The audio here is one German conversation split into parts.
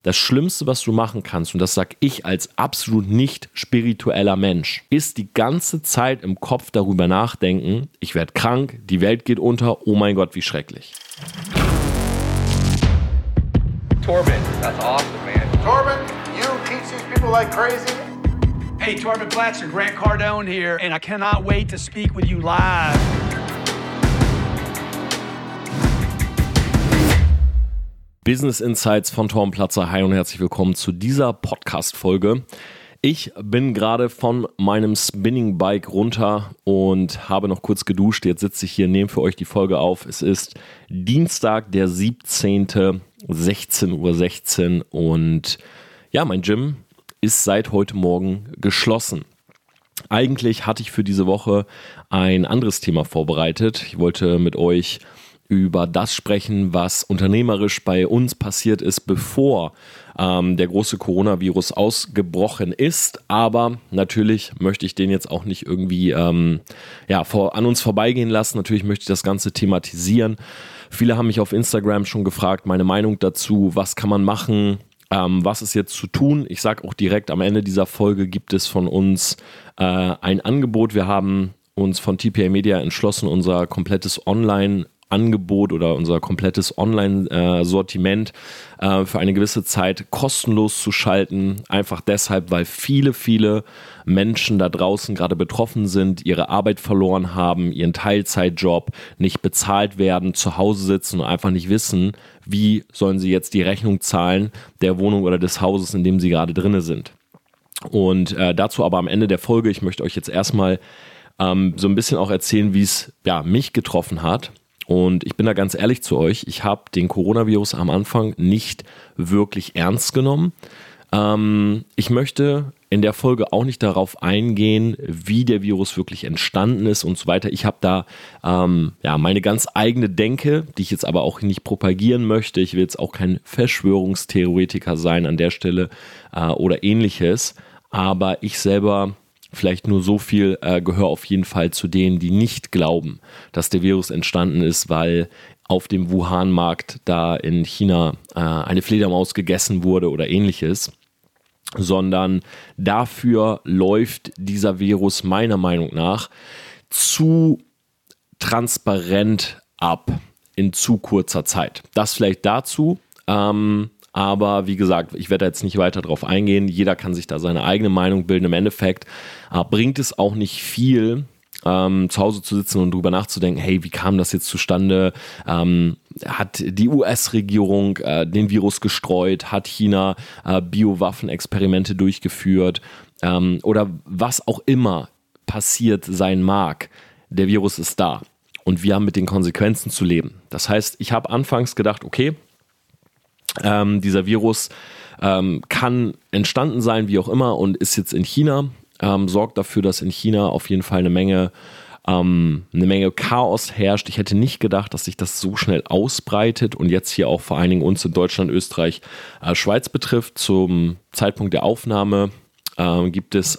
Das Schlimmste, was du machen kannst, und das sage ich als absolut nicht spiritueller Mensch, ist die ganze Zeit im Kopf darüber nachdenken, ich werde krank, die Welt geht unter, oh mein Gott, wie schrecklich. Torben, that's awesome, man. Torben, you teach these people like crazy? Hey, Torben Blatzer, Grant Cardone here, and I cannot wait to speak with you live. Business Insights von Torben Platzer. Hi und herzlich willkommen zu dieser Podcast-Folge. Ich bin gerade von meinem Spinning-Bike runter und habe noch kurz geduscht. Jetzt sitze ich hier, nehme für euch die Folge auf. Es ist Dienstag, der 17. 16:16 Uhr und ja, mein Gym ist seit heute Morgen geschlossen. Eigentlich hatte ich für diese Woche ein anderes Thema vorbereitet. Ich wollte mit euch über das sprechen, was unternehmerisch bei uns passiert ist, bevor der große Coronavirus ausgebrochen ist. Aber natürlich möchte ich den jetzt auch nicht irgendwie an uns vorbeigehen lassen. Natürlich möchte ich das Ganze thematisieren. Viele haben mich auf Instagram schon gefragt, meine Meinung dazu, was kann man machen, was ist jetzt zu tun. Ich sage auch direkt, am Ende dieser Folge gibt es von uns ein Angebot. Wir haben uns von TPA Media entschlossen, unser komplettes Online-Angebot oder unser komplettes Online-Sortiment für eine gewisse Zeit kostenlos zu schalten. Einfach deshalb, weil viele Menschen da draußen gerade betroffen sind, ihre Arbeit verloren haben, ihren Teilzeitjob nicht bezahlt werden, zu Hause sitzen und einfach nicht wissen, wie sollen sie jetzt die Rechnung zahlen der Wohnung oder des Hauses, in dem sie gerade drin sind. Und dazu aber am Ende der Folge, ich möchte euch jetzt erstmal so ein bisschen auch erzählen, wie es mich getroffen hat. Und ich bin da ganz ehrlich zu euch, ich habe den Coronavirus am Anfang nicht wirklich ernst genommen. Ich möchte in der Folge auch nicht darauf eingehen, wie der Virus wirklich entstanden ist und so weiter. Ich habe da meine ganz eigene Denke, die ich jetzt aber auch nicht propagieren möchte. Ich will jetzt auch kein Verschwörungstheoretiker sein an der Stelle oder ähnliches. Aber ich selber, vielleicht nur so viel, gehöre auf jeden Fall zu denen, die nicht glauben, dass der Virus entstanden ist, weil auf dem Wuhan-Markt da in China eine Fledermaus gegessen wurde oder ähnliches, sondern dafür läuft dieser Virus meiner Meinung nach zu transparent ab in zu kurzer Zeit. Das vielleicht dazu. Aber wie gesagt, ich werde jetzt nicht weiter drauf eingehen. Jeder kann sich da seine eigene Meinung bilden. Im Endeffekt bringt es auch nicht viel, zu Hause zu sitzen und drüber nachzudenken, hey, wie kam das jetzt zustande? Hat die US-Regierung den Virus gestreut? Hat China Biowaffenexperimente durchgeführt? Oder was auch immer passiert sein mag. Der Virus ist da und wir haben mit den Konsequenzen zu leben. Das heißt, ich habe anfangs gedacht, okay, dieser Virus kann entstanden sein, wie auch immer, und ist jetzt in China, sorgt dafür, dass in China auf jeden Fall eine Menge Chaos herrscht. Ich hätte nicht gedacht, dass sich das so schnell ausbreitet und jetzt hier auch vor allen Dingen uns in Deutschland, Österreich, Schweiz betrifft. Zum Zeitpunkt der Aufnahme gibt es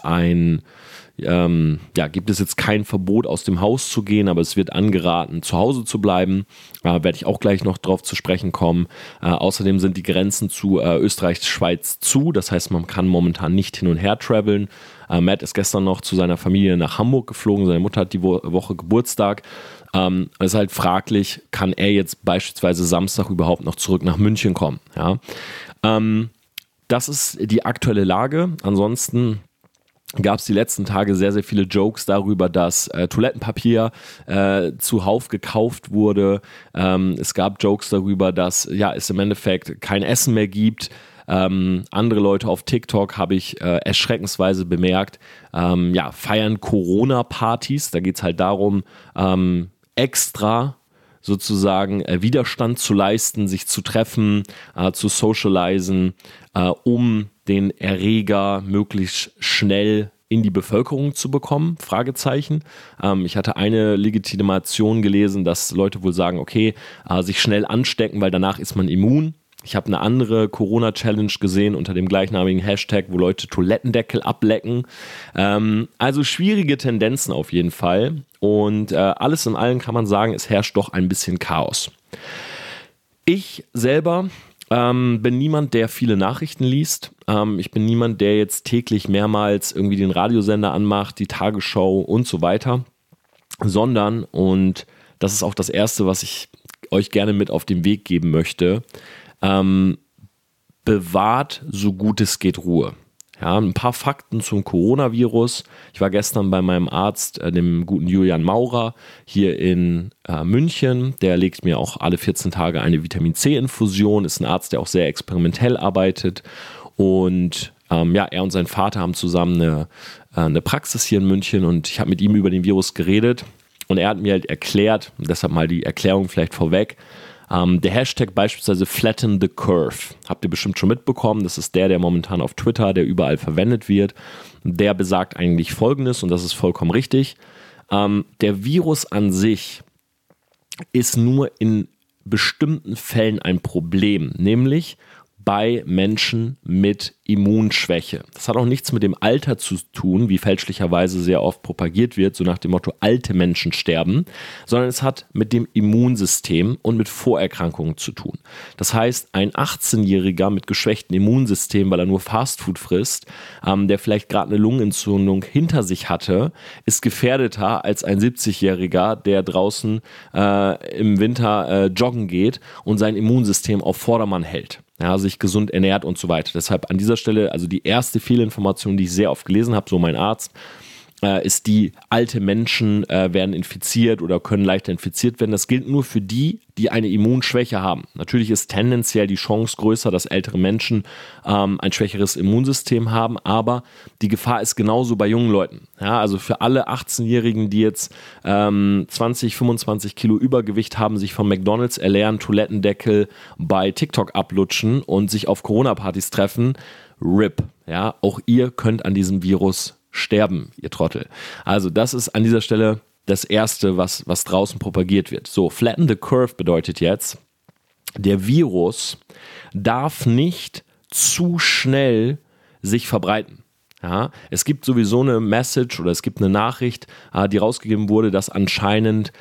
jetzt kein Verbot, aus dem Haus zu gehen, aber es wird angeraten, zu Hause zu bleiben. Werde ich auch gleich noch drauf zu sprechen kommen. Außerdem sind die Grenzen zu Österreich, Schweiz zu. Das heißt, man kann momentan nicht hin und her traveln. Matt ist gestern noch zu seiner Familie nach Hamburg geflogen. Seine Mutter hat die Woche Geburtstag. Es ist halt fraglich, kann er jetzt beispielsweise Samstag überhaupt noch zurück nach München kommen? Ja? Das ist die aktuelle Lage. Ansonsten gab es die letzten Tage sehr, sehr viele Jokes darüber, dass Toilettenpapier zuhauf gekauft wurde. Es gab Jokes darüber, dass es im Endeffekt kein Essen mehr gibt. Andere Leute auf TikTok habe ich erschreckensweise bemerkt, feiern Corona-Partys. Da geht es halt darum, extra sozusagen Widerstand zu leisten, sich zu treffen, zu socialisen, um den Erreger möglichst schnell in die Bevölkerung zu bekommen? Fragezeichen. Ich hatte eine Legitimation gelesen, dass Leute wohl sagen, okay, sich schnell anstecken, weil danach ist man immun. Ich habe eine andere Corona-Challenge gesehen unter dem gleichnamigen Hashtag, wo Leute Toilettendeckel ablecken. Also schwierige Tendenzen auf jeden Fall. Und alles in allem kann man sagen, es herrscht doch ein bisschen Chaos. Ich selber Bin niemand, der viele Nachrichten liest. Ich bin niemand, der jetzt täglich mehrmals irgendwie den Radiosender anmacht, die Tagesschau und so weiter. Sondern, und das ist auch das Erste, was ich euch gerne mit auf den Weg geben möchte, bewahrt so gut es geht Ruhe. Ja, ein paar Fakten zum Coronavirus. Ich war gestern bei meinem Arzt, dem guten Julian Maurer, hier in München. Der legt mir auch alle 14 Tage eine Vitamin-C-Infusion. Ist ein Arzt, der auch sehr experimentell arbeitet. Und er und sein Vater haben zusammen eine Praxis hier in München. Und ich habe mit ihm über den Virus geredet. Und er hat mir halt erklärt, deshalb mal die Erklärung vielleicht vorweg, der Hashtag beispielsweise Flatten the Curve, habt ihr bestimmt schon mitbekommen, das ist der momentan auf Twitter, der überall verwendet wird. Der besagt eigentlich Folgendes, und das ist vollkommen richtig. Der Virus an sich ist nur in bestimmten Fällen ein Problem, nämlich bei Menschen mit Immunschwäche. Das hat auch nichts mit dem Alter zu tun, wie fälschlicherweise sehr oft propagiert wird, so nach dem Motto, alte Menschen sterben, sondern es hat mit dem Immunsystem und mit Vorerkrankungen zu tun. Das heißt, ein 18-Jähriger mit geschwächtem Immunsystem, weil er nur Fastfood frisst, der vielleicht gerade eine Lungenentzündung hinter sich hatte, ist gefährdeter als ein 70-Jähriger, der draußen im Winter joggen geht und sein Immunsystem auf Vordermann hält. Ja, sich gesund ernährt und so weiter. Deshalb an dieser Stelle, also die erste Fehlinformation, die ich sehr oft gelesen habe, so mein Arzt, ist die, alte Menschen werden infiziert oder können leichter infiziert werden. Das gilt nur für die, die eine Immunschwäche haben. Natürlich ist tendenziell die Chance größer, dass ältere Menschen ein schwächeres Immunsystem haben, aber die Gefahr ist genauso bei jungen Leuten. Ja, also für alle 18-Jährigen, die jetzt 20, 25 Kilo Übergewicht haben, sich von McDonald's ernähren, Toilettendeckel bei TikTok ablutschen und sich auf Corona-Partys treffen, RIP. Ja, auch ihr könnt an diesem Virus sterben, ihr Trottel. Also das ist an dieser Stelle das Erste, was draußen propagiert wird. So, Flatten the Curve bedeutet jetzt, der Virus darf nicht zu schnell sich verbreiten. Ja, es gibt sowieso eine Message oder es gibt eine Nachricht, die rausgegeben wurde, dass anscheinend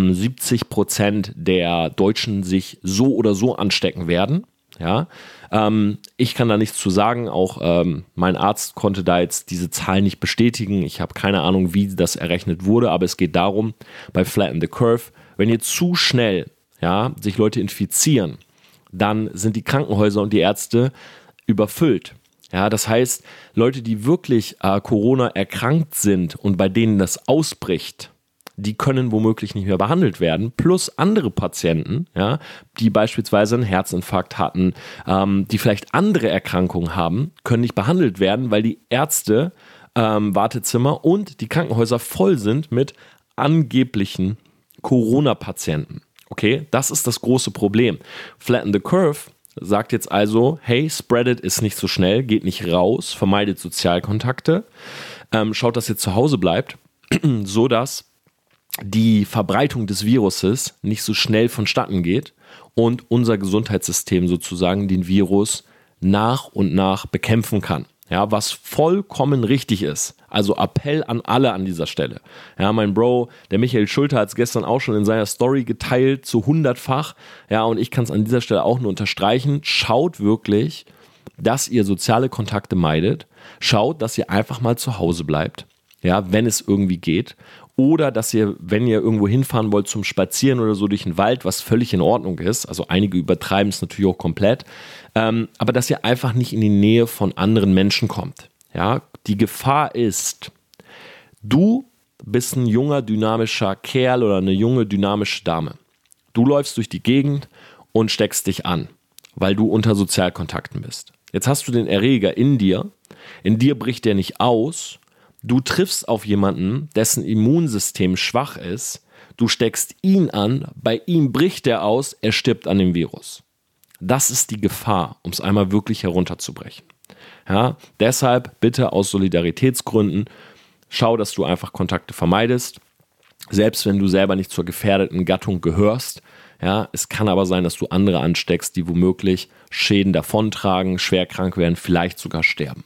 70% der Deutschen sich so oder so anstecken werden. Ja, ich kann da nichts zu sagen, auch mein Arzt konnte da jetzt diese Zahl nicht bestätigen. Ich habe keine Ahnung, wie das errechnet wurde, aber es geht darum, bei Flatten the Curve, wenn ihr zu schnell sich Leute infizieren, dann sind die Krankenhäuser und die Ärzte überfüllt. Ja, das heißt, Leute, die wirklich Corona erkrankt sind und bei denen das ausbricht, die können womöglich nicht mehr behandelt werden, plus andere Patienten, ja, die beispielsweise einen Herzinfarkt hatten, die vielleicht andere Erkrankungen haben, können nicht behandelt werden, weil die Ärzte, Wartezimmer und die Krankenhäuser voll sind mit angeblichen Corona-Patienten. Okay, das ist das große Problem. Flatten the Curve sagt jetzt also, hey, spread it ist nicht so schnell, geht nicht raus, vermeidet Sozialkontakte, schaut, dass ihr zu Hause bleibt, so dass die Verbreitung des Viruses nicht so schnell vonstatten geht und unser Gesundheitssystem sozusagen den Virus nach und nach bekämpfen kann. Ja, was vollkommen richtig ist. Also Appell an alle an dieser Stelle. Ja, mein Bro, der Michael Schulte, hat es gestern auch schon in seiner Story geteilt, zu 100-fach. Ja, und ich kann es an dieser Stelle auch nur unterstreichen. Schaut wirklich, dass ihr soziale Kontakte meidet. Schaut, dass ihr einfach mal zu Hause bleibt. Ja, wenn es irgendwie geht. Oder dass ihr, wenn ihr irgendwo hinfahren wollt zum Spazieren oder so durch den Wald, was völlig in Ordnung ist, also einige übertreiben es natürlich auch komplett, aber dass ihr einfach nicht in die Nähe von anderen Menschen kommt. Ja, die Gefahr ist, du bist ein junger, dynamischer Kerl oder eine junge, dynamische Dame. Du läufst durch die Gegend und steckst dich an, weil du unter Sozialkontakten bist. Jetzt hast du den Erreger in dir bricht der nicht aus. Du triffst auf jemanden, dessen Immunsystem schwach ist, du steckst ihn an, bei ihm bricht er aus, er stirbt an dem Virus. Das ist die Gefahr, um es einmal wirklich herunterzubrechen. Ja, deshalb bitte aus Solidaritätsgründen, schau, dass du einfach Kontakte vermeidest, selbst wenn du selber nicht zur gefährdeten Gattung gehörst. Ja, es kann aber sein, dass du andere ansteckst, die womöglich Schäden davontragen, schwer krank werden, vielleicht sogar sterben.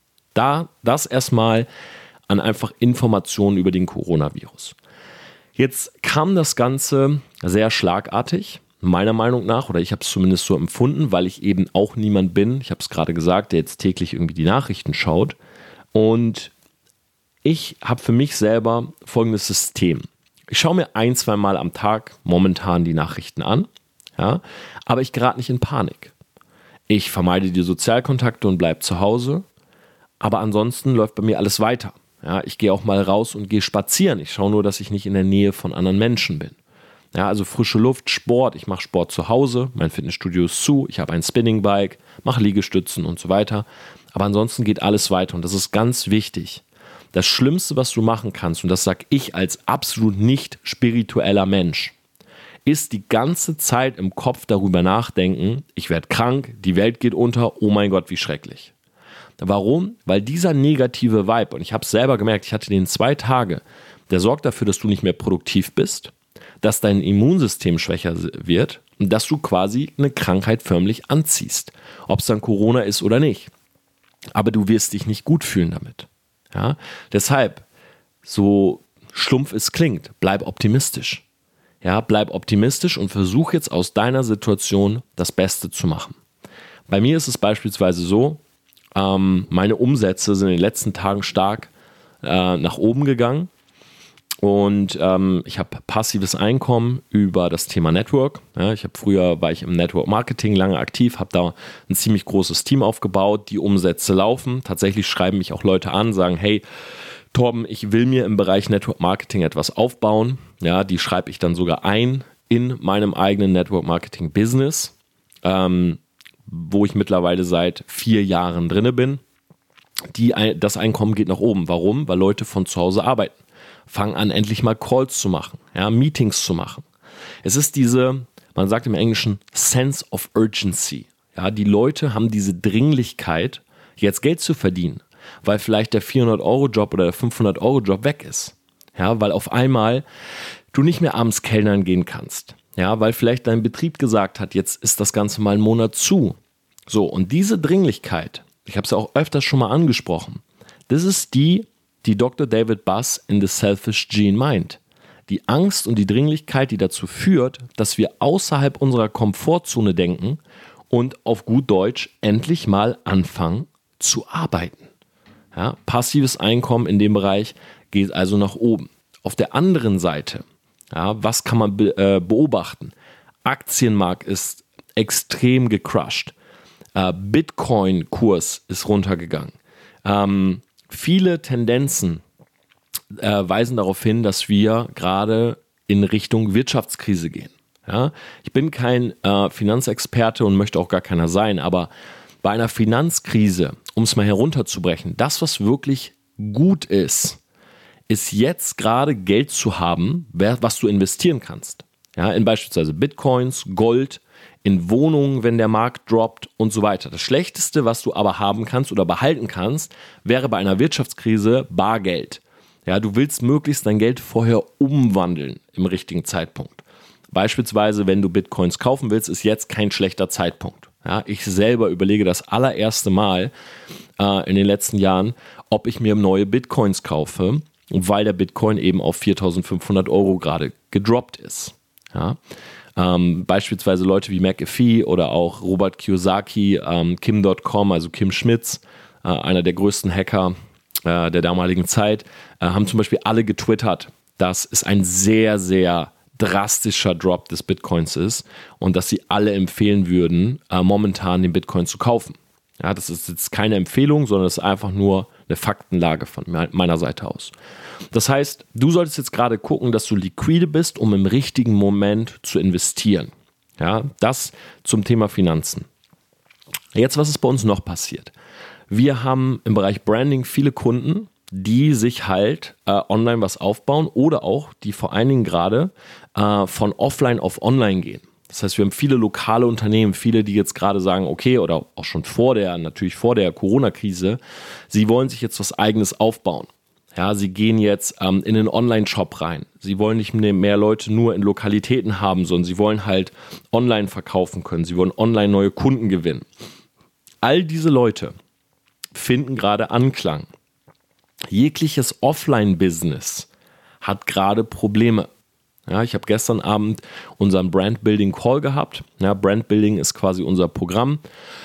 Das erstmal an einfach Informationen über den Coronavirus. Jetzt kam das Ganze sehr schlagartig. meiner Meinung nach, oder ich habe es zumindest so empfunden, weil ich eben auch niemand bin, ich habe es gerade gesagt, der jetzt täglich irgendwie die Nachrichten schaut. Und ich habe für mich selber folgendes System. Ich schaue mir 1-2 Mal am Tag momentan die Nachrichten an, ja, aber ich gerate nicht in Panik. Ich vermeide die Sozialkontakte und bleibe zu Hause, aber ansonsten läuft bei mir alles weiter. Ja, ich gehe auch mal raus und gehe spazieren. Ich schaue nur, dass ich nicht in der Nähe von anderen Menschen bin. Ja, also frische Luft, Sport. Ich mache Sport zu Hause, mein Fitnessstudio ist zu, ich habe ein Spinningbike, mache Liegestützen und so weiter. Aber ansonsten geht alles weiter und das ist ganz wichtig. Das Schlimmste, was du machen kannst, und das sage ich als absolut nicht spiritueller Mensch, ist die ganze Zeit im Kopf darüber nachdenken, ich werde krank, die Welt geht unter, oh mein Gott, wie schrecklich. Warum? Weil dieser negative Vibe, und ich habe es selber gemerkt, ich hatte den 2 Tage, der sorgt dafür, dass du nicht mehr produktiv bist, dass dein Immunsystem schwächer wird und dass du quasi eine Krankheit förmlich anziehst. Ob es dann Corona ist oder nicht. Aber du wirst dich nicht gut fühlen damit. Ja? Deshalb, so schlumpf es klingt, bleib optimistisch. Ja, bleib optimistisch und versuch jetzt aus deiner Situation das Beste zu machen. Bei mir ist es beispielsweise so, meine Umsätze sind in den letzten Tagen stark nach oben gegangen und ich habe passives Einkommen über das Thema Network. Ja, früher war ich im Network Marketing lange aktiv, habe da ein ziemlich großes Team aufgebaut, die Umsätze laufen. Tatsächlich schreiben mich auch Leute an, sagen, hey, Torben, ich will mir im Bereich Network Marketing etwas aufbauen. Ja, die schreibe ich dann sogar ein in meinem eigenen Network Marketing Business, wo ich mittlerweile seit 4 Jahren drinne bin. Das Einkommen geht nach oben. Warum? Weil Leute von zu Hause arbeiten. Fangen an, endlich mal Calls zu machen, ja, Meetings zu machen. Es ist man sagt im Englischen, Sense of Urgency. Ja, die Leute haben diese Dringlichkeit, jetzt Geld zu verdienen, weil vielleicht der 400-Euro-Job oder der 500-Euro-Job weg ist. Ja, weil auf einmal du nicht mehr abends kellnern gehen kannst. Ja, weil vielleicht dein Betrieb gesagt hat, jetzt ist das Ganze mal einen Monat zu. So, und diese Dringlichkeit, ich habe es ja auch öfters schon mal angesprochen, das ist die Dr. David Buss in The Selfish Gene meint. Die Angst und die Dringlichkeit, die dazu führt, dass wir außerhalb unserer Komfortzone denken und auf gut Deutsch endlich mal anfangen zu arbeiten. Ja, passives Einkommen in dem Bereich geht also nach oben. Auf der anderen Seite, ja, was kann man beobachten? Aktienmarkt ist extrem gecrushed. Bitcoin-Kurs ist runtergegangen. Viele Tendenzen weisen darauf hin, dass wir gerade in Richtung Wirtschaftskrise gehen. Ja? Ich bin kein Finanzexperte und möchte auch gar keiner sein, aber bei einer Finanzkrise, um es mal herunterzubrechen, das, was wirklich gut ist jetzt gerade Geld zu haben, was du investieren kannst. Ja, in beispielsweise Bitcoins, Gold, in Wohnungen, wenn der Markt droppt und so weiter. Das Schlechteste, was du aber haben kannst oder behalten kannst, wäre bei einer Wirtschaftskrise Bargeld. Ja, du willst möglichst dein Geld vorher umwandeln im richtigen Zeitpunkt. Beispielsweise, wenn du Bitcoins kaufen willst, ist jetzt kein schlechter Zeitpunkt. Ja, ich selber überlege das allererste Mal in den letzten Jahren, ob ich mir neue Bitcoins kaufe, weil der Bitcoin eben auf 4.500 Euro gerade gedroppt ist. Ja. Beispielsweise Leute wie McAfee oder auch Robert Kiyosaki, Kim.com, also Kim Schmitz, einer der größten Hacker der damaligen Zeit, haben zum Beispiel alle getwittert, dass es ein sehr, sehr drastischer Drop des Bitcoins ist und dass sie alle empfehlen würden, momentan den Bitcoin zu kaufen. Ja, das ist jetzt keine Empfehlung, sondern es ist einfach nur eine Faktenlage von meiner Seite aus. Das heißt, du solltest jetzt gerade gucken, dass du liquide bist, um im richtigen Moment zu investieren. Ja, das zum Thema Finanzen. Jetzt, was ist bei uns noch passiert? Wir haben im Bereich Branding viele Kunden, die sich halt online was aufbauen oder auch, die vor allen Dingen gerade von offline auf online gehen. Das heißt, wir haben viele lokale Unternehmen, viele, die jetzt gerade sagen, okay, oder auch schon vor der Corona-Krise, sie wollen sich jetzt was Eigenes aufbauen. Ja, sie gehen jetzt in einen Online-Shop rein. Sie wollen nicht mehr Leute nur in Lokalitäten haben, sondern sie wollen halt online verkaufen können. Sie wollen online neue Kunden gewinnen. All diese Leute finden gerade Anklang. Jegliches Offline-Business hat gerade Probleme. Ja, ich habe gestern Abend unseren Brand Building Call gehabt. Ja, Brand Building ist quasi unser Programm.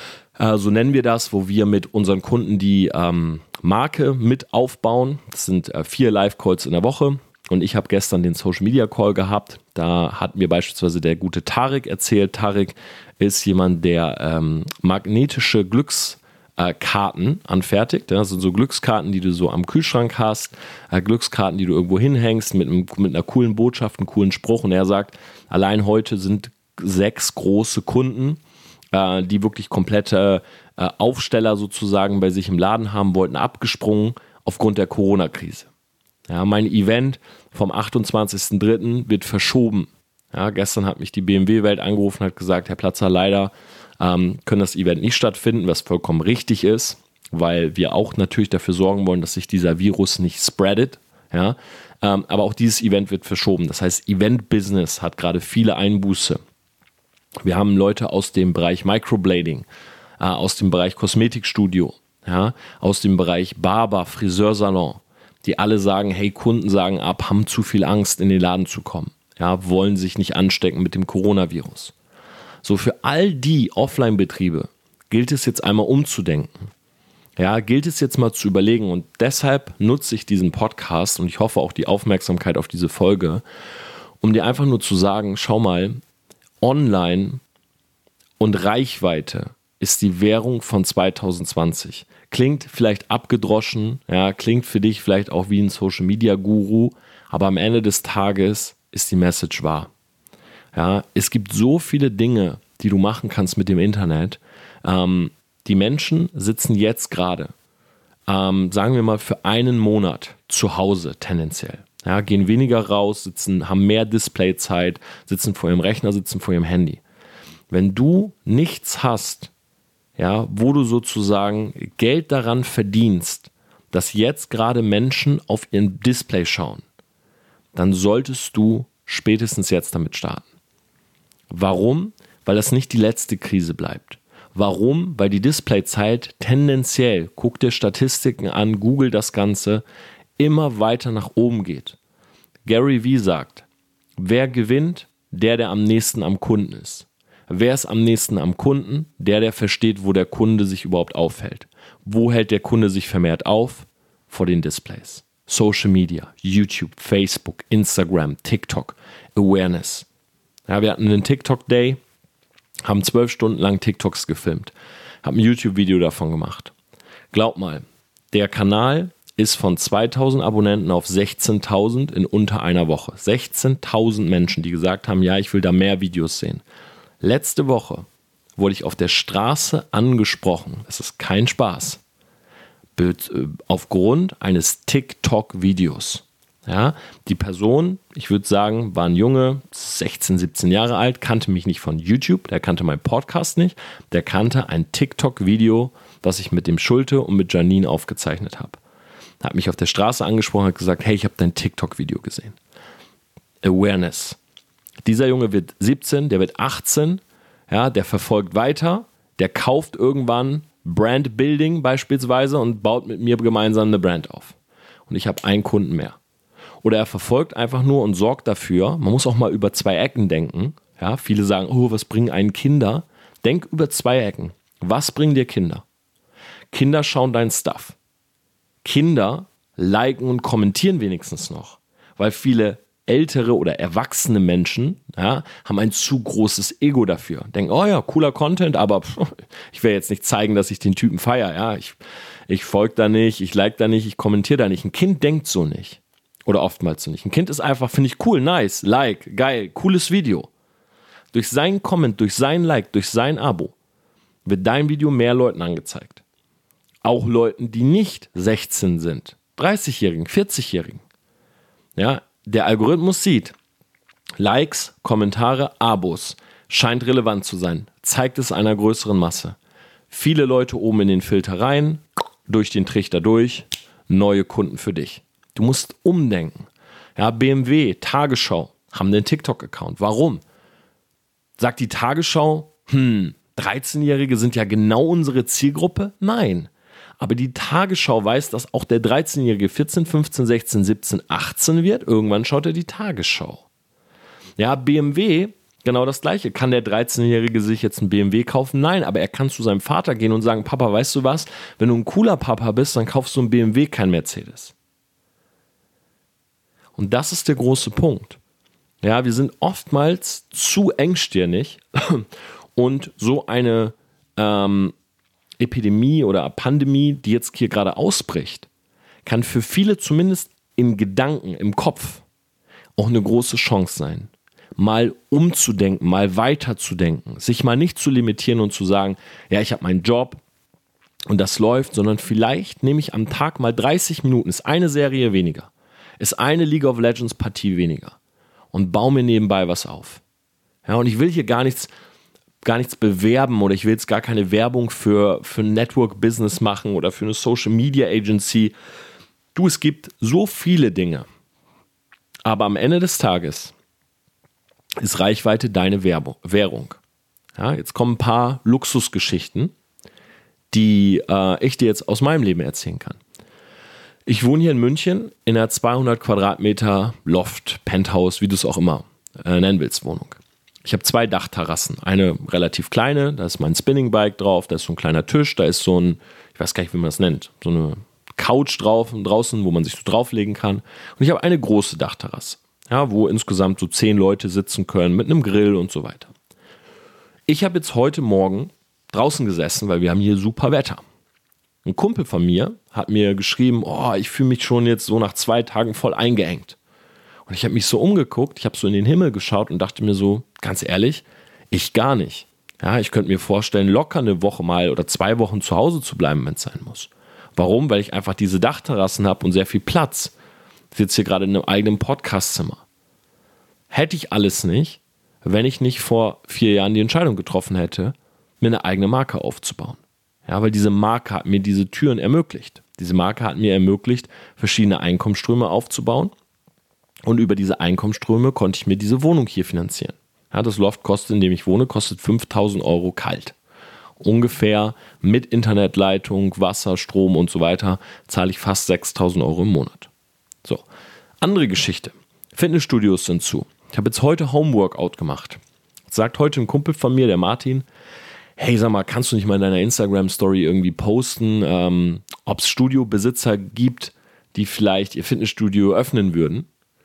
So nennen wir das, wo wir mit unseren Kunden die Marke mit aufbauen. Das sind 4 Live-Calls in der Woche. Und ich habe gestern den Social Media Call gehabt. Da hat mir beispielsweise der gute Tarek erzählt. Tarek ist jemand, der magnetische Glückskarten anfertigt. Das sind so Glückskarten, die du so am Kühlschrank hast. Glückskarten, die du irgendwo hinhängst mit einer coolen Botschaft, einem coolen Spruch. Und er sagt, allein heute sind 6 große Kunden, die wirklich komplette Aufsteller sozusagen bei sich im Laden haben wollten, abgesprungen aufgrund der Corona-Krise. Ja, mein Event vom 28.03. wird verschoben. Ja, gestern hat mich die BMW-Welt angerufen und hat gesagt, Herr Platzer, leider können das Event nicht stattfinden, was vollkommen richtig ist, weil wir auch natürlich dafür sorgen wollen, dass sich dieser Virus nicht spreadet. Ja, aber auch dieses Event wird verschoben. Das heißt, Event-Business hat gerade viele Einbuße. Wir haben Leute aus dem Bereich Microblading, aus dem Bereich Kosmetikstudio, ja, aus dem Bereich Barber, Friseursalon, die alle sagen, hey, Kunden sagen ab, haben zu viel Angst, in den Laden zu kommen, ja, wollen sich nicht anstecken mit dem Coronavirus. So, für all die Offline-Betriebe gilt es jetzt einmal umzudenken. Ja, gilt es jetzt mal zu überlegen, und deshalb nutze ich diesen Podcast und ich hoffe auch die Aufmerksamkeit auf diese Folge, um dir einfach nur zu sagen, schau mal, Online und Reichweite ist die Währung von 2020. Klingt vielleicht abgedroschen, ja, klingt für dich vielleicht auch wie ein Social-Media-Guru, aber am Ende des Tages ist die Message wahr. Ja, es gibt so viele Dinge, die du machen kannst mit dem Internet. Die Menschen sitzen jetzt gerade, sagen wir mal, für einen Monat zu Hause tendenziell. Ja, gehen weniger raus, haben mehr Displayzeit, sitzen vor ihrem Rechner, sitzen vor ihrem Handy. Wenn du nichts hast, ja, wo du sozusagen Geld daran verdienst, dass jetzt gerade Menschen auf ihren Display schauen, dann solltest du spätestens jetzt damit starten. Warum? Weil das nicht die letzte Krise bleibt. Warum? Weil die Displayzeit tendenziell, guck dir Statistiken an, google das Ganze, immer weiter nach oben geht. Gary Vee sagt, wer gewinnt? Der am nächsten am Kunden ist. Wer ist am nächsten am Kunden? Der versteht, wo der Kunde sich überhaupt aufhält. Wo hält der Kunde sich vermehrt auf? Vor den Displays. Social Media, YouTube, Facebook, Instagram, TikTok, Awareness. Ja, wir hatten einen TikTok-Day, haben 12 Stunden lang TikToks gefilmt, haben ein YouTube-Video davon gemacht. Glaub mal, der Kanal ist von 2000 Abonnenten auf 16.000 in unter einer Woche. 16.000 Menschen, die gesagt haben, ja, ich will da mehr Videos sehen. Letzte Woche wurde ich auf der Straße angesprochen. Es ist kein Spaß. Aufgrund eines TikTok-Videos. Ja, die Person, ich würde sagen, war ein Junge, 16, 17 Jahre alt, kannte mich nicht von YouTube, der kannte meinen Podcast nicht, der kannte ein TikTok-Video, was ich mit dem Schulte und mit Janine aufgezeichnet habe. Hat mich auf der Straße angesprochen, hat gesagt, hey, ich habe dein TikTok-Video gesehen. Awareness. Dieser Junge wird 17, der wird 18, ja, der verfolgt weiter, der kauft irgendwann Brand Building beispielsweise und baut mit mir gemeinsam eine Brand auf. Und ich habe einen Kunden mehr. Oder er verfolgt einfach nur und sorgt dafür, man muss auch mal über 2 Ecken denken. Ja, viele sagen, oh, was bringen einen Kinder? Denk über 2 Ecken. Was bringen dir Kinder? Kinder schauen dein Stuff. Kinder liken und kommentieren wenigstens noch. Weil viele ältere oder erwachsene Menschen, ja, haben ein zu großes Ego dafür. Denken, oh ja, cooler Content, aber ich will jetzt nicht zeigen, dass ich den Typen feiere. Ja, ich folge da nicht, ich like da nicht, ich kommentiere da nicht. Ein Kind denkt so nicht. Oder oftmals so nicht. Ein Kind ist einfach, finde ich cool, nice, like, geil, cooles Video. Durch seinen Comment, durch sein Like, durch sein Abo wird dein Video mehr Leuten angezeigt. Auch Leuten, die nicht 16 sind. 30-Jährigen, 40-Jährigen. Ja, der Algorithmus sieht, Likes, Kommentare, Abos, scheint relevant zu sein, zeigt es einer größeren Masse. Viele Leute oben in den Filter rein, durch den Trichter durch, neue Kunden für dich. Du musst umdenken. Ja, BMW, Tagesschau, haben den TikTok-Account. Warum? Sagt die Tagesschau, 13-Jährige sind ja genau unsere Zielgruppe? Nein. Aber die Tagesschau weiß, dass auch der 13-Jährige 14, 15, 16, 17, 18 wird. Irgendwann schaut er die Tagesschau. Ja, BMW, genau das Gleiche. Kann der 13-Jährige sich jetzt einen BMW kaufen? Nein, aber er kann zu seinem Vater gehen und sagen, Papa, weißt du was? Wenn du ein cooler Papa bist, dann kaufst du einen BMW, kein Mercedes. Und das ist der große Punkt. Ja, wir sind oftmals zu engstirnig und so eine Epidemie oder Pandemie, die jetzt hier gerade ausbricht, kann für viele zumindest in Gedanken, im Kopf auch eine große Chance sein. Mal umzudenken, mal weiterzudenken, sich mal nicht zu limitieren und zu sagen, ja, ich habe meinen Job und das läuft, sondern vielleicht nehme ich am Tag mal 30 Minuten, ist eine Serie weniger, ist eine League of Legends Partie weniger und baue mir nebenbei was auf. Ja, und ich will hier gar nichts bewerben oder ich will jetzt gar keine Werbung für Network-Business machen oder für eine Social-Media-Agency. Du, es gibt so viele Dinge, aber am Ende des Tages ist Reichweite deine Währung. Ja, jetzt kommen ein paar Luxusgeschichten, die ich dir jetzt aus meinem Leben erzählen kann. Ich wohne hier in München in einer 200 Quadratmeter Loft, Penthouse, wie du es auch immer nennen willst, Wohnung. Ich habe 2 Dachterrassen. Eine relativ kleine, da ist mein Spinningbike drauf, da ist so ein kleiner Tisch, da ist so ein, ich weiß gar nicht, wie man das nennt, so eine Couch draußen, wo man sich so drauflegen kann. Und ich habe eine große Dachterrasse, ja, wo insgesamt so 10 Leute sitzen können mit einem Grill und so weiter. Ich habe jetzt heute Morgen draußen gesessen, weil wir haben hier super Wetter. Ein Kumpel von mir hat mir geschrieben, oh, ich fühle mich schon jetzt so nach 2 Tagen voll eingeengt. Und ich habe mich so umgeguckt, ich habe so in den Himmel geschaut und dachte mir so, ganz ehrlich, ich gar nicht. Ja, ich könnte mir vorstellen, locker eine Woche mal oder 2 Wochen zu Hause zu bleiben, wenn es sein muss. Warum? Weil ich einfach diese Dachterrassen habe und sehr viel Platz. Ich sitze hier gerade in einem eigenen Podcastzimmer. Hätte ich alles nicht, wenn ich nicht vor 4 Jahren die Entscheidung getroffen hätte, mir eine eigene Marke aufzubauen. Ja, weil diese Marke hat mir diese Türen ermöglicht. Diese Marke hat mir ermöglicht, verschiedene Einkommensströme aufzubauen. Und über diese Einkommensströme konnte ich mir diese Wohnung hier finanzieren. Ja, das Loft kostet, in dem ich wohne, kostet 5.000 Euro kalt. Ungefähr mit Internetleitung, Wasser, Strom und so weiter zahle ich fast 6.000 Euro im Monat. So, andere Geschichte. Fitnessstudios sind zu. Ich habe jetzt heute Homeworkout gemacht. Jetzt sagt heute ein Kumpel von mir, der Martin, hey, sag mal, kannst du nicht mal in deiner Instagram-Story irgendwie posten, ob es Studiobesitzer gibt, die vielleicht ihr Fitnessstudio öffnen würden,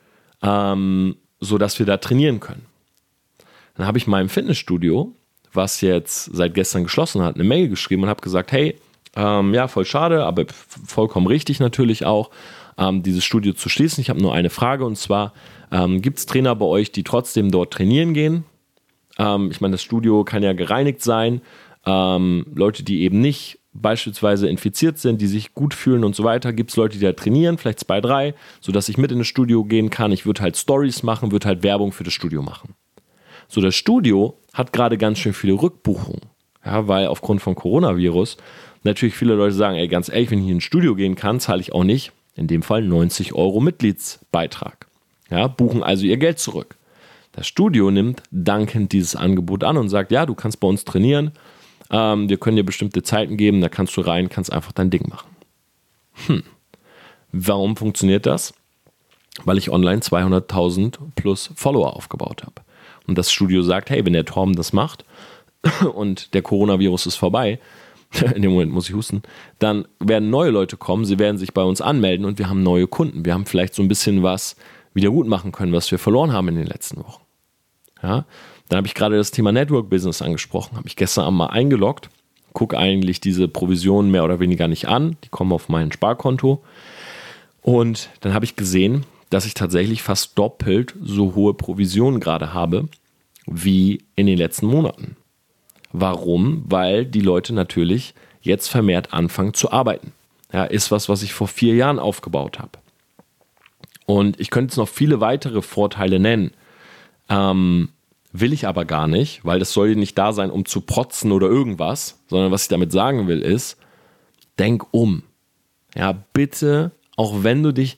sodass wir da trainieren können. Dann habe ich meinem Fitnessstudio, was jetzt seit gestern geschlossen hat, eine Mail geschrieben und habe gesagt, hey, ja, voll schade, aber vollkommen richtig natürlich auch, dieses Studio zu schließen. Ich habe nur eine Frage und zwar, gibt es Trainer bei euch, die trotzdem dort trainieren gehen? Ich meine, das Studio kann ja gereinigt sein. Leute, die eben nicht beispielsweise infiziert sind, die sich gut fühlen und so weiter, gibt es Leute, die da trainieren, vielleicht 2, 3, sodass ich mit in das Studio gehen kann. Ich würde halt Stories machen, würde halt Werbung für das Studio machen. So, das Studio hat gerade ganz schön viele Rückbuchungen, ja, weil aufgrund von Coronavirus natürlich viele Leute sagen, ey, ganz ehrlich, wenn ich in ein Studio gehen kann, zahle ich auch nicht, in dem Fall 90 Euro Mitgliedsbeitrag. Ja, buchen also ihr Geld zurück. Das Studio nimmt dankend dieses Angebot an und sagt, ja, du kannst bei uns trainieren, wir können dir bestimmte Zeiten geben, da kannst du rein, kannst einfach dein Ding machen. Warum funktioniert das? Weil ich online 200.000 plus Follower aufgebaut habe. Und das Studio sagt, hey, wenn der Torben das macht und der Coronavirus ist vorbei, in dem Moment muss ich husten, dann werden neue Leute kommen, sie werden sich bei uns anmelden und wir haben neue Kunden. Wir haben vielleicht so ein bisschen was wieder gut machen können, was wir verloren haben in den letzten Wochen. Ja? Dann habe ich gerade das Thema Network Business angesprochen, habe ich gestern Abend mal eingeloggt, gucke eigentlich diese Provisionen mehr oder weniger nicht an, die kommen auf mein Sparkonto und dann habe ich gesehen, dass ich tatsächlich fast doppelt so hohe Provisionen gerade habe wie in den letzten Monaten. Warum? Weil die Leute natürlich jetzt vermehrt anfangen zu arbeiten. Ja, ist was ich vor 4 Jahren aufgebaut habe. Und ich könnte jetzt noch viele weitere Vorteile nennen. Will ich aber gar nicht, weil das soll nicht da sein, um zu protzen oder irgendwas, sondern was ich damit sagen will ist, denk um. Ja, bitte, auch wenn du dich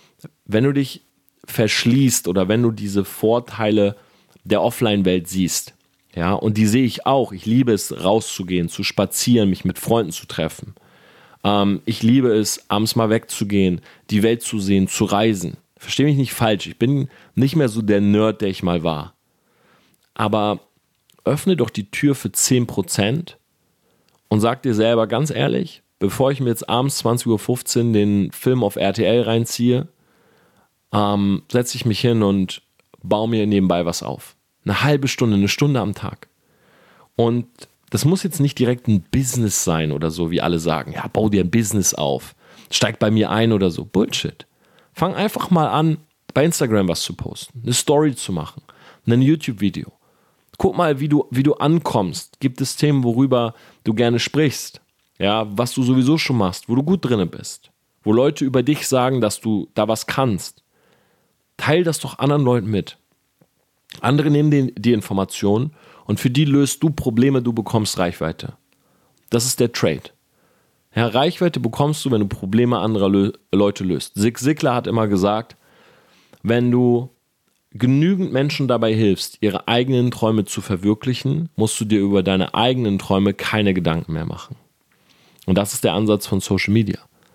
verschließt oder wenn du diese Vorteile der Offline-Welt siehst, ja, und die sehe ich auch. Ich liebe es, rauszugehen, zu spazieren, mich mit Freunden zu treffen. Ich liebe es, abends mal wegzugehen, die Welt zu sehen, zu reisen. Versteh mich nicht falsch, ich bin nicht mehr so der Nerd, der ich mal war. Aber öffne doch die Tür für 10% und sag dir selber ganz ehrlich, bevor ich mir jetzt abends 20.15 Uhr den Film auf RTL reinziehe, setze ich mich hin und baue mir nebenbei was auf. Eine halbe Stunde, eine Stunde am Tag. Und das muss jetzt nicht direkt ein Business sein oder so, wie alle sagen. Ja, bau dir ein Business auf. Steig bei mir ein oder so. Bullshit. Fang einfach mal an, bei Instagram was zu posten, eine Story zu machen, ein YouTube-Video. Guck mal, wie du ankommst. Gibt es Themen, worüber du gerne sprichst? Ja, was du sowieso schon machst, wo du gut drin bist. Wo Leute über dich sagen, dass du da was kannst. Teil das doch anderen Leuten mit. Andere nehmen die Informationen und für die löst du Probleme, du bekommst Reichweite. Das ist der Trade. Ja, Reichweite bekommst du, wenn du Probleme anderer Leute löst. Zig Ziglar hat immer gesagt, wenn du genügend Menschen dabei hilfst, ihre eigenen Träume zu verwirklichen, musst du dir über deine eigenen Träume keine Gedanken mehr machen. Und das ist der Ansatz von Social Media.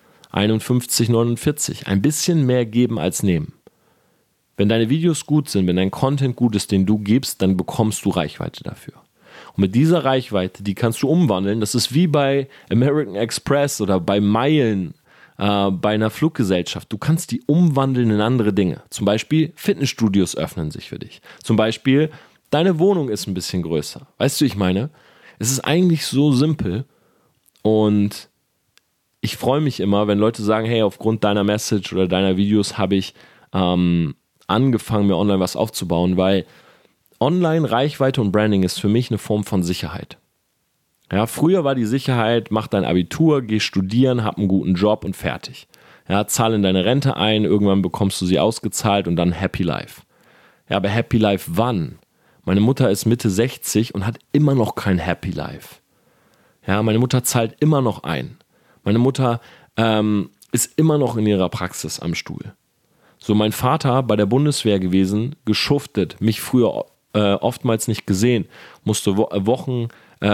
51,49. Ein bisschen mehr geben als nehmen. Wenn deine Videos gut sind, wenn dein Content gut ist, den du gibst, dann bekommst du Reichweite dafür. Und mit dieser Reichweite, die kannst du umwandeln. Das ist wie bei American Express oder bei Meilen, bei einer Fluggesellschaft. Du kannst die umwandeln in andere Dinge. Zum Beispiel Fitnessstudios öffnen sich für dich. Zum Beispiel deine Wohnung ist ein bisschen größer. Weißt du, ich meine, es ist eigentlich so simpel und ich freue mich immer, wenn Leute sagen, hey, aufgrund deiner Message oder deiner Videos habe ich angefangen, mir online was aufzubauen, weil online Reichweite und Branding ist für mich eine Form von Sicherheit. Ja, früher war die Sicherheit, mach dein Abitur, geh studieren, hab einen guten Job und fertig. Ja, zahl in deine Rente ein, irgendwann bekommst du sie ausgezahlt und dann Happy Life. Ja, aber Happy Life wann? Meine Mutter ist Mitte 60 und hat immer noch kein Happy Life. Ja, meine Mutter zahlt immer noch ein. Meine Mutter ist immer noch in ihrer Praxis am Stuhl. So, mein Vater bei der Bundeswehr gewesen, geschuftet, mich früher oftmals nicht gesehen, musste wochenlang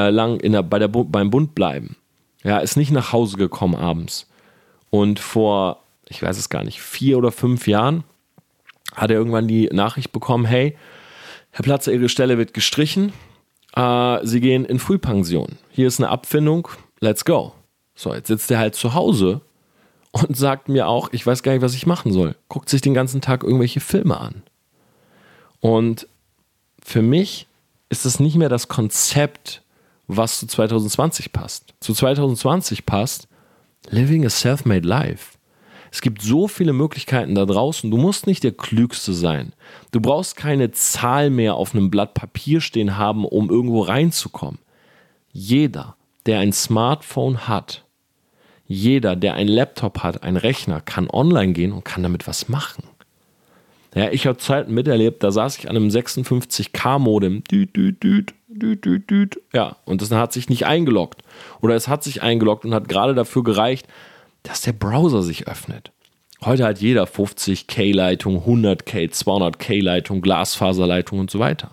beim Bund bleiben. Ja, ist nicht nach Hause gekommen abends. Und vor, ich weiß es gar nicht, 4 oder 5 Jahren hat er irgendwann die Nachricht bekommen, hey, Herr Platzer, Ihre Stelle wird gestrichen, Sie gehen in Frühpension. Hier ist eine Abfindung, let's go. So, jetzt sitzt er halt zu Hause und sagt mir auch, ich weiß gar nicht, was ich machen soll. Guckt sich den ganzen Tag irgendwelche Filme an. Und für mich ist es nicht mehr das Konzept, was zu 2020 passt. Zu 2020 passt Living a Self-Made Life. Es gibt so viele Möglichkeiten da draußen. Du musst nicht der Klügste sein. Du brauchst keine Zahl mehr auf einem Blatt Papier stehen haben, um irgendwo reinzukommen. Jeder, der ein Smartphone hat, jeder, der einen Laptop hat, einen Rechner, kann online gehen und kann damit was machen. Ja, ich habe Zeiten miterlebt, da saß ich an einem 56K-Modem. Ja, und das hat sich nicht eingeloggt. Oder es hat sich eingeloggt und hat gerade dafür gereicht, dass der Browser sich öffnet. Heute hat jeder 50K-Leitung, 100K, 200K-Leitung, Glasfaserleitung und so weiter.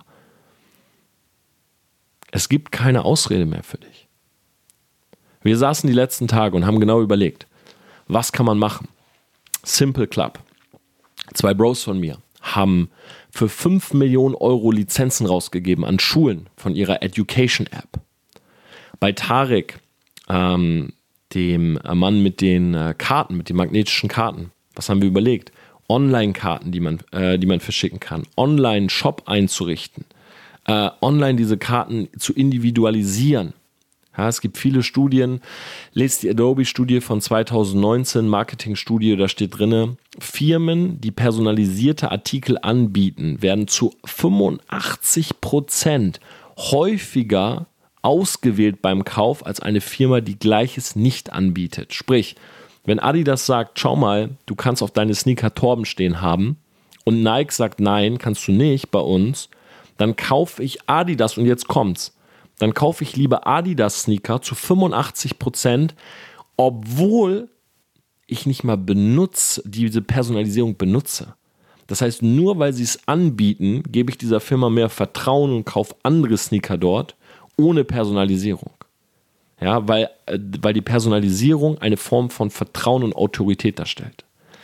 Es gibt keine Ausrede mehr für dich. Wir saßen die letzten Tage und haben genau überlegt, was kann man machen? Simple Club. 2 Bros von mir haben für 5 Millionen Euro Lizenzen rausgegeben an Schulen von ihrer Education-App. Bei Tarek, dem Mann mit den Karten, mit den magnetischen Karten, was haben wir überlegt? Online-Karten, die man verschicken kann, Online-Shop einzurichten, online diese Karten zu individualisieren. Ja, es gibt viele Studien. Lest die Adobe-Studie von 2019, Marketing-Studie, da steht drin, Firmen, die personalisierte Artikel anbieten, werden zu 85% häufiger ausgewählt beim Kauf als eine Firma, die Gleiches nicht anbietet. Sprich, wenn Adidas sagt, schau mal, du kannst auf deine Sneaker Torben stehen haben und Nike sagt, nein, kannst du nicht bei uns, dann kaufe ich Adidas und jetzt kommt's. Dann kaufe ich lieber Adidas-Sneaker zu 85%, obwohl ich nicht mal diese Personalisierung benutze. Das heißt, nur weil sie es anbieten, gebe ich dieser Firma mehr Vertrauen und kaufe andere Sneaker dort, ohne Personalisierung. Ja, weil die Personalisierung eine Form von Vertrauen und Autorität darstellt.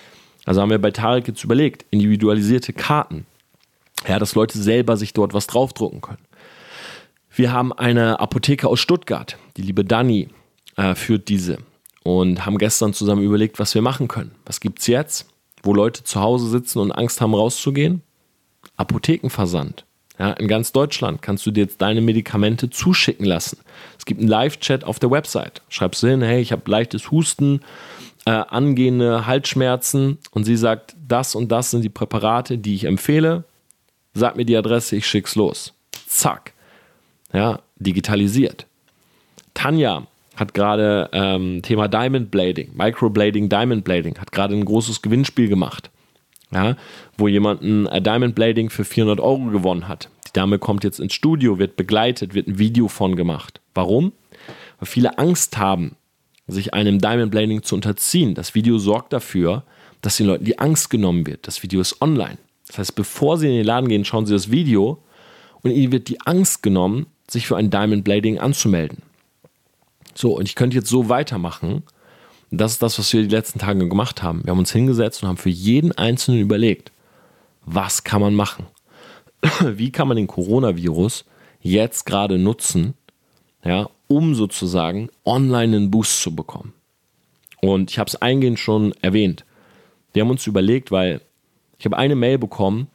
Also haben wir bei Tarek jetzt überlegt, individualisierte Karten, ja, dass Leute selber sich dort was draufdrucken können. Wir haben eine Apotheke aus Stuttgart, die liebe Dani führt diese und haben gestern zusammen überlegt, was wir machen können. Was gibt es jetzt, wo Leute zu Hause sitzen und Angst haben rauszugehen? Apothekenversand. Ja, in ganz Deutschland kannst du dir jetzt deine Medikamente zuschicken lassen. Es gibt einen Live-Chat auf der Website. Schreibst du hin, hey, ich habe leichtes Husten, angehende Halsschmerzen und sie sagt, das und das sind die Präparate, die ich empfehle. Sag mir die Adresse, ich schick's los. Zack. Ja, digitalisiert. Tanja hat gerade Thema Diamond Blading, Microblading, Diamond Blading, hat gerade ein großes Gewinnspiel gemacht, ja, wo jemand ein Diamond Blading für 400 € gewonnen hat. Die Dame kommt jetzt ins Studio, wird begleitet, wird ein Video von gemacht. Warum? Weil viele Angst haben, sich einem Diamond Blading zu unterziehen. Das Video sorgt dafür, dass den Leuten die Angst genommen wird. Das Video ist online. Das heißt, bevor sie in den Laden gehen, schauen sie das Video und ihnen wird die Angst genommen, sich für ein Diamond Blading anzumelden. So, und ich könnte jetzt so weitermachen. Und das ist das, was wir die letzten Tage gemacht haben. Wir haben uns hingesetzt und haben für jeden Einzelnen überlegt, was kann man machen? Wie kann man den Coronavirus jetzt gerade nutzen, ja, um sozusagen online einen Boost zu bekommen? Und ich habe es eingehend schon erwähnt. Wir haben uns überlegt, weil ich habe eine Mail bekommen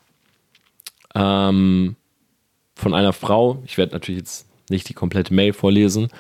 von einer Frau. Ich werde natürlich jetzt nicht die komplette Mail vorlesen.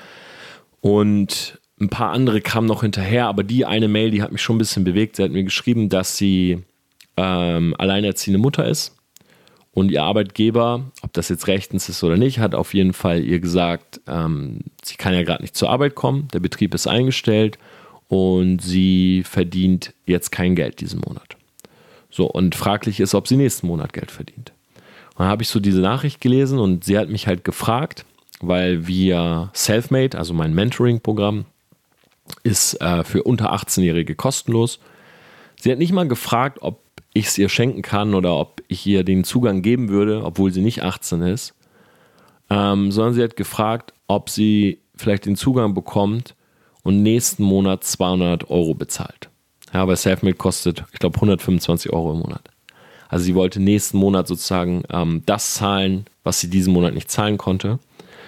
Und ein paar andere kamen noch hinterher, aber die eine Mail, die hat mich schon ein bisschen bewegt. Sie hat mir geschrieben, dass sie alleinerziehende Mutter ist und ihr Arbeitgeber, ob das jetzt rechtens ist oder nicht, hat auf jeden Fall ihr gesagt, sie kann ja gerade nicht zur Arbeit kommen, der Betrieb ist eingestellt und sie verdient jetzt kein Geld diesen Monat. So, und fraglich ist, ob sie nächsten Monat Geld verdient. Und dann habe ich so diese Nachricht gelesen und sie hat mich halt gefragt, weil wir Selfmade, also mein Mentoring-Programm, ist für unter 18-Jährige kostenlos. Sie hat nicht mal gefragt, ob ich es ihr schenken kann oder ob ich ihr den Zugang geben würde, obwohl sie nicht 18 ist, sondern sie hat gefragt, ob sie vielleicht den Zugang bekommt und nächsten Monat 200 € bezahlt. Ja, weil Selfmade kostet, ich glaube, 125 € im Monat. Also sie wollte nächsten Monat sozusagen das zahlen, was sie diesen Monat nicht zahlen konnte.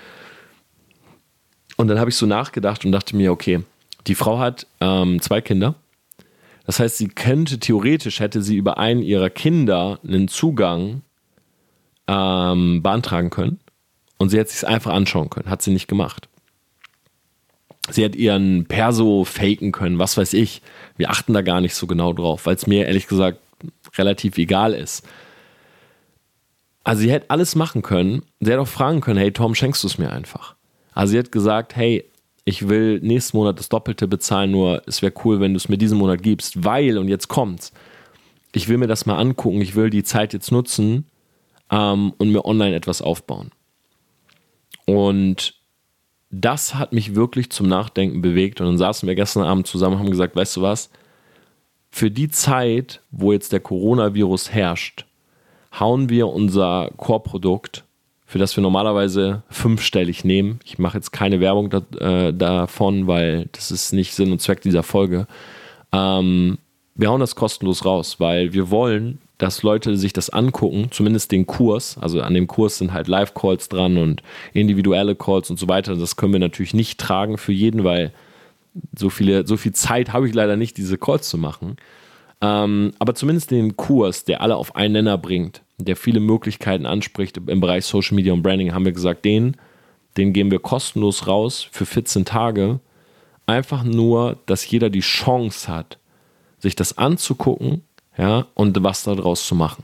Und dann habe ich so nachgedacht und dachte mir, okay, die Frau hat 2 Kinder. Das heißt, sie könnte theoretisch, hätte sie über einen ihrer Kinder einen Zugang beantragen können und sie hätte es sich einfach anschauen können. Hat sie nicht gemacht. Sie hat ihren Perso faken können, was weiß ich. Wir achten da gar nicht so genau drauf, weil es mir ehrlich gesagt relativ egal ist. Also sie hätte alles machen können. Sie hätte auch fragen können, hey Tom, schenkst du es mir einfach? Also sie hat gesagt, hey, ich will nächsten Monat das Doppelte bezahlen, nur es wäre cool, wenn du es mir diesen Monat gibst, weil, und jetzt kommt's, ich will mir das mal angucken, ich will die Zeit jetzt nutzen und mir online etwas aufbauen. Und das hat mich wirklich zum Nachdenken bewegt und dann saßen wir gestern Abend zusammen und haben gesagt, weißt du was, für die Zeit, wo jetzt der Coronavirus herrscht, hauen wir unser Core-Produkt, für das wir normalerweise 5-stellig nehmen. Ich mache jetzt keine Werbung davon, weil das ist nicht Sinn und Zweck dieser Folge. Wir hauen das kostenlos raus, weil wir wollen, dass Leute sich das angucken, zumindest den Kurs. Also an dem Kurs sind halt Live-Calls dran und individuelle Calls und so weiter. Das können wir natürlich nicht tragen für jeden, weil so viel Zeit habe ich leider nicht, diese Calls zu machen. Aber zumindest den Kurs, der alle auf einen Nenner bringt, der viele Möglichkeiten anspricht im Bereich Social Media und Branding, haben wir gesagt, den geben wir kostenlos raus für 14 Tage. Einfach nur, dass jeder die Chance hat, sich das anzugucken, ja, und was daraus zu machen.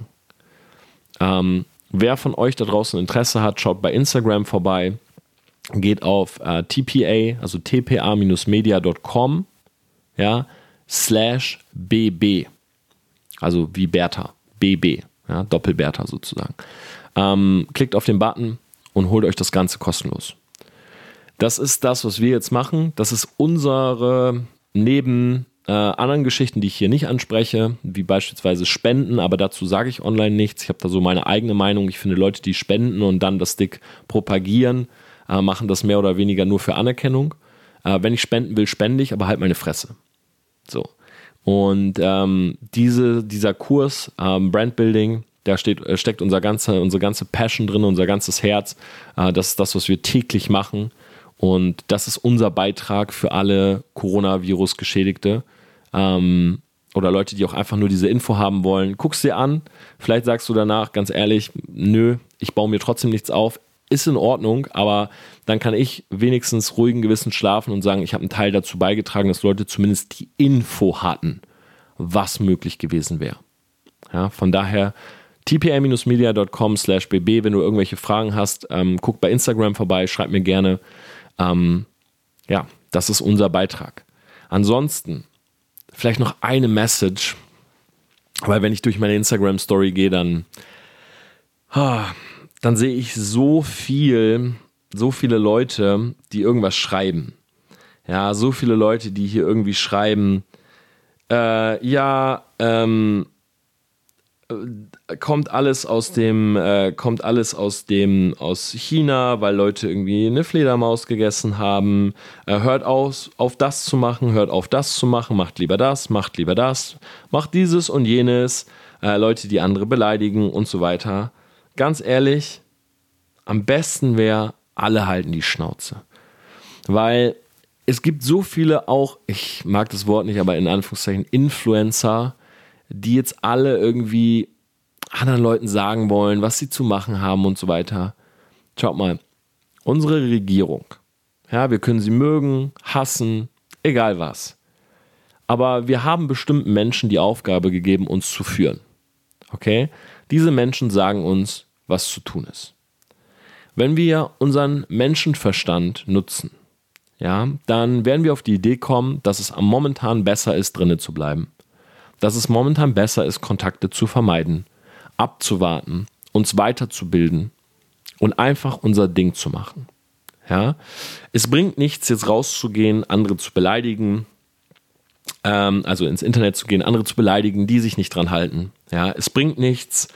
Wer von euch da draußen Interesse hat, schaut bei Instagram vorbei, geht auf TPA, also tpa-media.com, ja, /BB, also wie Bertha, BB, ja, Doppel-Bertha sozusagen. Klickt auf den Button und holt euch das Ganze kostenlos. Das ist das, was wir jetzt machen. Das ist unsere, neben anderen Geschichten, die ich hier nicht anspreche, wie beispielsweise Spenden, aber dazu sage ich online nichts. Ich habe da so meine eigene Meinung. Ich finde, Leute, die spenden und dann das Ding propagieren, machen das mehr oder weniger nur für Anerkennung. Wenn ich spenden will, spende ich, aber halt meine Fresse. So. Und dieser Kurs Brandbuilding, da steckt unsere ganze Passion drin, unser ganzes Herz. Das ist das, was wir täglich machen. Und das ist unser Beitrag für alle Coronavirus-Geschädigte. Oder Leute, die auch einfach nur diese Info haben wollen. Guck's dir an. Vielleicht sagst du danach ganz ehrlich, nö, ich baue mir trotzdem nichts auf. Ist in Ordnung, aber dann kann ich wenigstens ruhigen Gewissens schlafen und sagen, ich habe einen Teil dazu beigetragen, dass Leute zumindest die Info hatten, was möglich gewesen wäre. Ja, von daher tpa-media.com/bb, wenn du irgendwelche Fragen hast, guck bei Instagram vorbei, schreib mir gerne. Ja, das ist unser Beitrag. Ansonsten vielleicht noch eine Message, weil wenn ich durch meine Instagram-Story gehe, dann sehe ich so viele Leute, die irgendwas schreiben. Ja, so viele Leute, die hier irgendwie schreiben, kommt alles aus China, weil Leute irgendwie eine Fledermaus gegessen haben. Hört auf das zu machen, macht lieber das, macht dieses und jenes. Leute, die andere beleidigen und so weiter. Ganz ehrlich, am besten wäre, alle halten die Schnauze. Weil es gibt so viele auch, ich mag das Wort nicht, aber in Anführungszeichen Influencer, die jetzt alle irgendwie anderen Leuten sagen wollen, was sie zu machen haben und so weiter. Schaut mal, unsere Regierung, ja, wir können sie mögen, hassen, egal was. Aber wir haben bestimmten Menschen die Aufgabe gegeben, uns zu führen. Okay? Diese Menschen sagen uns, was zu tun ist. Wenn wir unseren Menschenverstand nutzen, ja, dann werden wir auf die Idee kommen, dass es momentan besser ist, drinnen zu bleiben. Dass es momentan besser ist, Kontakte zu vermeiden, abzuwarten, uns weiterzubilden und einfach unser Ding zu machen. Ja? Es bringt nichts, jetzt rauszugehen, andere zu beleidigen, also ins Internet zu gehen, andere zu beleidigen, die sich nicht dran halten. Ja? Es bringt nichts,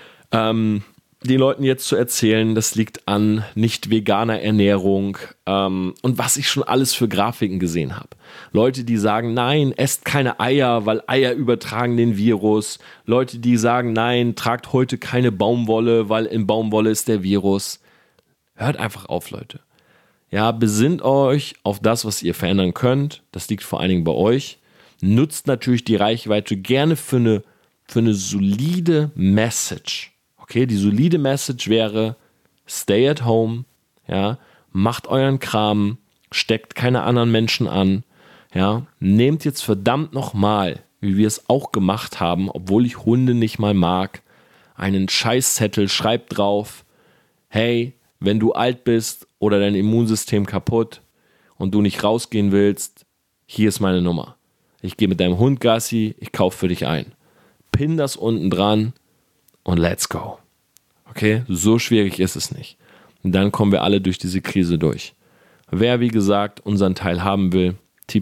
den Leuten jetzt zu erzählen, das liegt an nicht veganer Ernährung und was ich schon alles für Grafiken gesehen habe. Leute, die sagen, nein, esst keine Eier, weil Eier übertragen den Virus. Leute, die sagen, nein, tragt heute keine Baumwolle, weil in Baumwolle ist der Virus. Hört einfach auf, Leute. Ja, besinnt euch auf das, was ihr verändern könnt. Das liegt vor allen Dingen bei euch. Nutzt natürlich die Reichweite gerne für eine solide Message. Okay, die solide Message wäre, stay at home, ja, macht euren Kram, steckt keine anderen Menschen an, ja, nehmt jetzt verdammt nochmal, wie wir es auch gemacht haben, obwohl ich Hunde nicht mal mag, einen Scheißzettel, schreibt drauf, hey, wenn du alt bist oder dein Immunsystem kaputt und du nicht rausgehen willst, hier ist meine Nummer. Ich gehe mit deinem Hund Gassi, ich kaufe für dich ein. Pin das unten dran und let's go. Okay, so schwierig ist es nicht. Und dann kommen wir alle durch diese Krise durch. Wer, wie gesagt, unseren Teil haben will,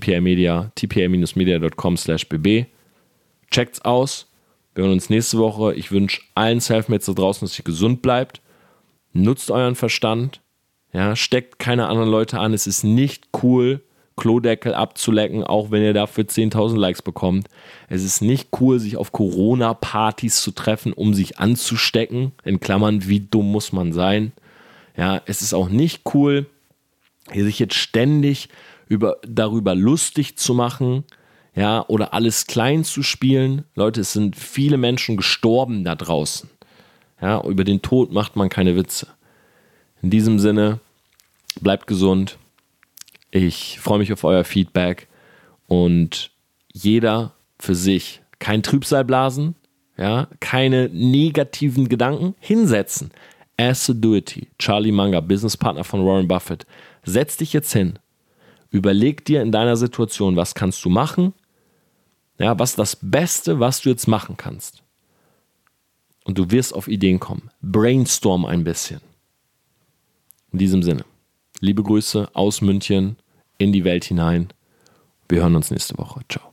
tpa-media.com/bb. Checkt's aus. Wir hören uns nächste Woche. Ich wünsche allen Selfmates da draußen, dass ihr gesund bleibt. Nutzt euren Verstand. Ja, steckt keine anderen Leute an. Es ist nicht cool, Klodeckel abzulecken, auch wenn ihr dafür 10.000 Likes bekommt. Es ist nicht cool, sich auf Corona-Partys zu treffen, um sich anzustecken. In Klammern, wie dumm muss man sein? Ja, es ist auch nicht cool, sich jetzt ständig darüber lustig zu machen, ja, oder alles klein zu spielen. Leute, es sind viele Menschen gestorben da draußen. Ja, über den Tod macht man keine Witze. In diesem Sinne, bleibt gesund. Ich freue mich auf euer Feedback und jeder für sich. Kein Trübsalblasen, ja, keine negativen Gedanken, hinsetzen. Assiduity, Charlie Munger, Businesspartner von Warren Buffett. Setz dich jetzt hin, überleg dir in deiner Situation, was kannst du machen, ja, was ist das Beste, was du jetzt machen kannst. Und du wirst auf Ideen kommen. Brainstorm ein bisschen. In diesem Sinne, liebe Grüße aus München in die Welt hinein. Wir hören uns nächste Woche. Ciao.